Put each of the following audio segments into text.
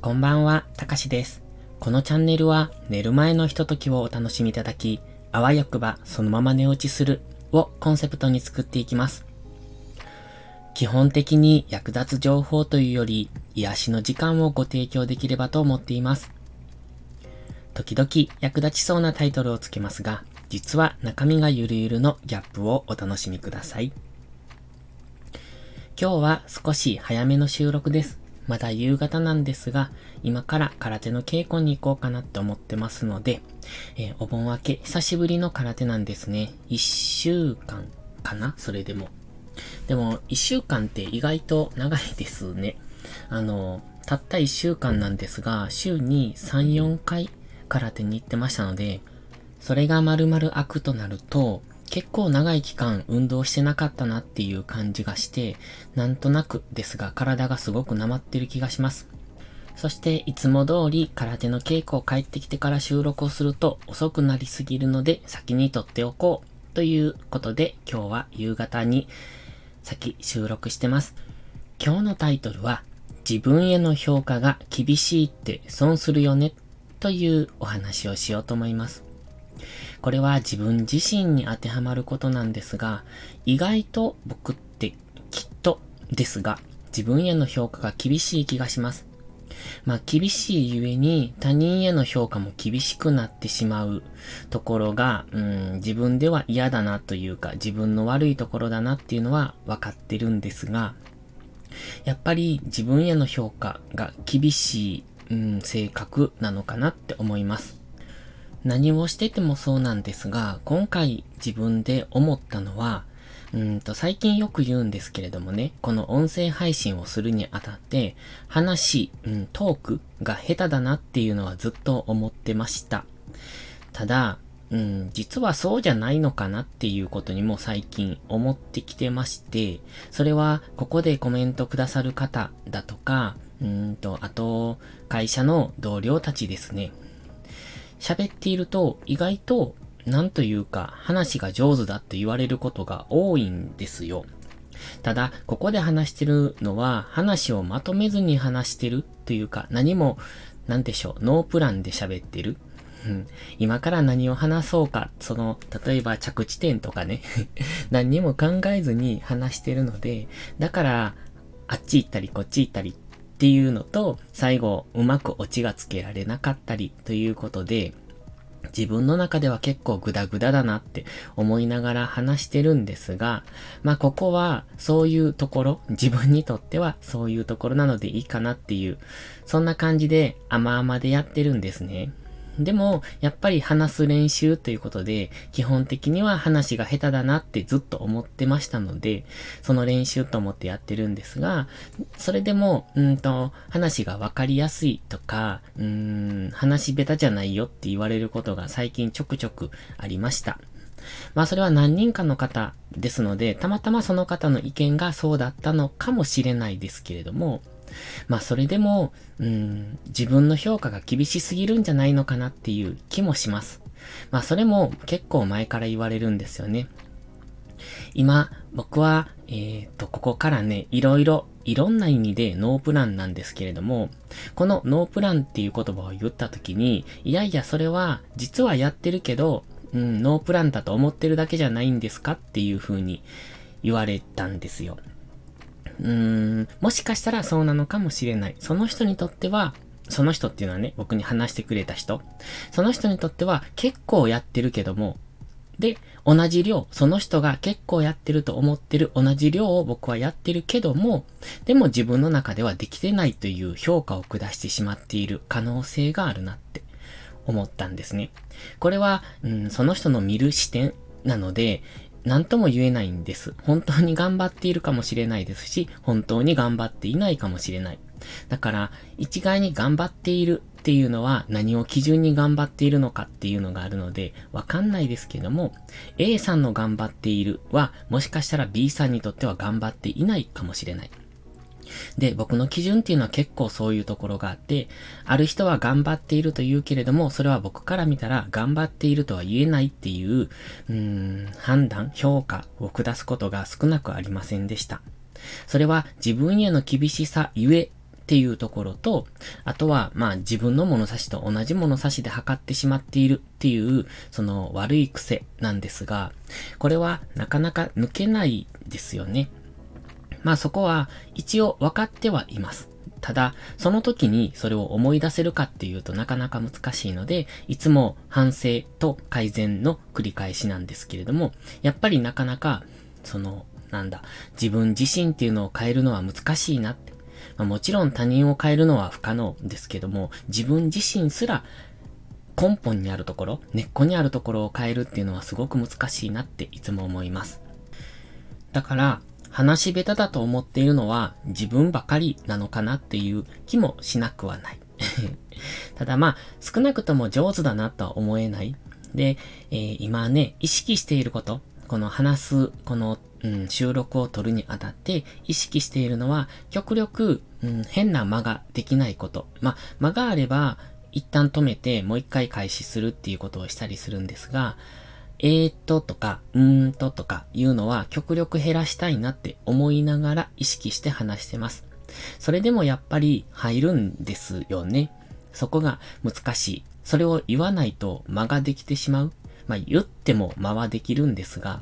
こんばんは、たかしです。このチャンネルは寝る前のひとときをお楽しみいただき、あわよくばそのまま寝落ちするをコンセプトに作っていきます。基本的に役立つ情報というより、癒しの時間をご提供できればと思っています。時々役立ちそうなタイトルをつけますが、実は中身がゆるゆるのギャップをお楽しみください。今日は少し早めの収録です。まだ夕方なんですが、今から空手の稽古に行こうかなって思ってますので、お盆明け久しぶりの空手なんですね。1週間かな？それでも。でも、1週間って意外と長いですね。たった1週間なんですが、週に3、4回空手に行ってましたので、それが丸々空くとなると、結構長い期間運動してなかったなっていう感じがして、なんとなくですが体がすごくなまってる気がします。そしていつも通り空手の稽古を帰ってきてから収録をすると遅くなりすぎるので先に撮っておこうということで今日は夕方に先収録してます。今日のタイトルは自分への評価が厳しいって損するよねというお話をしようと思います。これは自分自身に当てはまることなんですが、意外と僕ってきっとですが、自分への評価が厳しい気がします。厳しいゆえに他人への評価も厳しくなってしまうところが、自分では嫌だなというか、自分の悪いところだなっていうのは分かってるんですが、やっぱり自分への評価が厳しい、性格なのかなって思います。何をしててもそうなんですが、今回自分で思ったのは、最近よく言うんですけれどもね、この音声配信をするにあたって、トークが下手だなっていうのはずっと思ってました。ただ、実はそうじゃないのかなっていうことにも最近思ってきてまして、それはここでコメントくださる方だとか、あと、会社の同僚たちですね。喋っていると意外となんというか話が上手だって言われることが多いんですよ。ただ、ここで話してるのは話をまとめずに話してるというか何も、なんでしょう、ノープランで喋ってる。今から何を話そうか、例えば着地点とかね、何にも考えずに話してるので、だから、あっち行ったりこっち行ったりっていうのと、最後うまくオチがつけられなかったりということで、自分の中では結構グダグダだなって思いながら話してるんですが、ここはそういうところ、自分にとってはそういうところなのでいいかなっていう、そんな感じで甘々でやってるんですね。でも、やっぱり話す練習ということで、基本的には話が下手だなってずっと思ってましたので、その練習と思ってやってるんですが、それでも、話がわかりやすいとか、話下手じゃないよって言われることが最近ちょくちょくありました。それは何人かの方ですので、たまたまその方の意見がそうだったのかもしれないですけれども、それでも、自分の評価が厳しすぎるんじゃないのかなっていう気もします。それも結構前から言われるんですよね。今、僕は、ここからね、いろんな意味でノープランなんですけれども、このノープランっていう言葉を言ったときに、いやいやそれは実はやってるけど、ノープランだと思ってるだけじゃないんですかっていう風に言われたんですよ。もしかしたらそうなのかもしれない。その人にとっては、その人っていうのはね、僕に話してくれた人。その人にとっては結構やってるけども、で、同じ量、その人が結構やってると思ってる同じ量を僕はやってるけども、でも自分の中ではできてないという評価を下してしまっている可能性があるなって思ったんですね。これは、その人の見る視点なので、何とも言えないんです。本当に頑張っているかもしれないですし、本当に頑張っていないかもしれない。だから、一概に頑張っているっていうのは何を基準に頑張っているのかっていうのがあるので、わかんないですけども、A さんの頑張っているは、もしかしたら B さんにとっては頑張っていないかもしれない。で、僕の基準っていうのは結構そういうところがあって、ある人は頑張っていると言うけれども、それは僕から見たら頑張っているとは言えないっていう、判断、評価を下すことが少なくありませんでした。それは自分への厳しさゆえっていうところと、あとは、自分の物差しと同じ物差しで測ってしまっているっていう、その悪い癖なんですが、これはなかなか抜けないですよね。そこは一応分かってはいます。ただ、その時にそれを思い出せるかっていうとなかなか難しいので、いつも反省と改善の繰り返しなんですけれども、やっぱりなかなか、自分自身っていうのを変えるのは難しいなって。もちろん他人を変えるのは不可能ですけども、自分自身すら根本にあるところ、根っこにあるところを変えるっていうのはすごく難しいなっていつも思います。だから、話し下手だと思っているのは自分ばかりなのかなっていう気もしなくはない。ただ少なくとも上手だなとは思えない。で、今ね、意識していること、この話す、収録を取るにあたって意識しているのは、極力、変な間ができないこと。間があれば、一旦止めてもう一回開始するっていうことをしたりするんですが、とか、とかいうのは極力減らしたいなって思いながら意識して話してます。それでもやっぱり入るんですよね。そこが難しい。それを言わないと間ができてしまう。言っても間はできるんですが、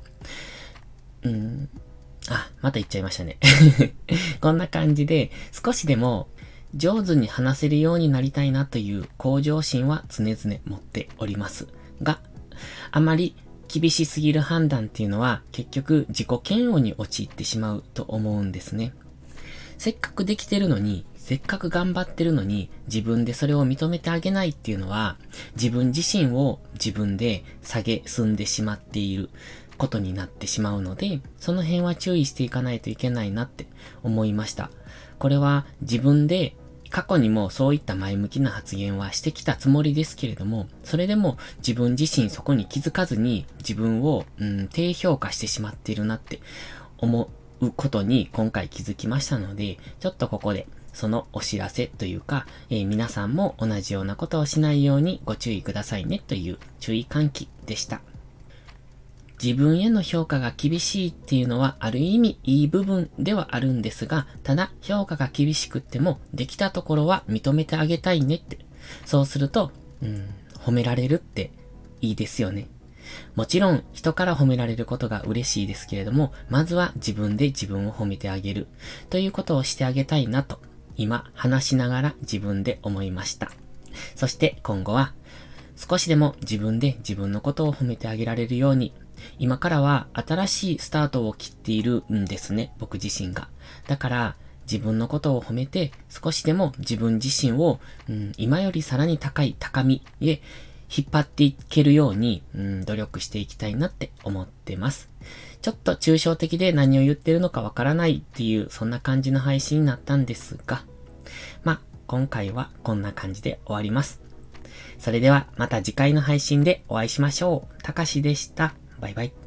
また言っちゃいましたね。こんな感じで少しでも上手に話せるようになりたいなという向上心は常々持っておりますが、あまり厳しすぎる判断っていうのは結局自己嫌悪に陥ってしまうと思うんですね。せっかくできてるのに、せっかく頑張ってるのに自分でそれを認めてあげないっていうのは自分自身を自分で下げすんでしまっていることになってしまうので、その辺は注意していかないといけないなって思いました。これは自分で過去にもそういった前向きな発言はしてきたつもりですけれども、それでも自分自身そこに気づかずに自分を、低評価してしまっているなって思うことに今回気づきましたので、ちょっとここでそのお知らせというか、皆さんも同じようなことをしないようにご注意くださいねという注意喚起でした。自分への評価が厳しいっていうのはある意味いい部分ではあるんですが、ただ評価が厳しくってもできたところは認めてあげたいねって。そうすると、褒められるっていいですよね。もちろん人から褒められることが嬉しいですけれども、まずは自分で自分を褒めてあげるということをしてあげたいなと今話しながら自分で思いました。そして今後は少しでも自分で自分のことを褒めてあげられるように、今からは新しいスタートを切っているんですね、僕自身が。だから自分のことを褒めて少しでも自分自身を、今よりさらに高い高みへ引っ張っていけるように、努力していきたいなって思ってます。ちょっと抽象的で何を言ってるのかわからないっていうそんな感じの配信になったんですが、今回はこんな感じで終わります。それではまた次回の配信でお会いしましょう。たかしでした。バイバイ。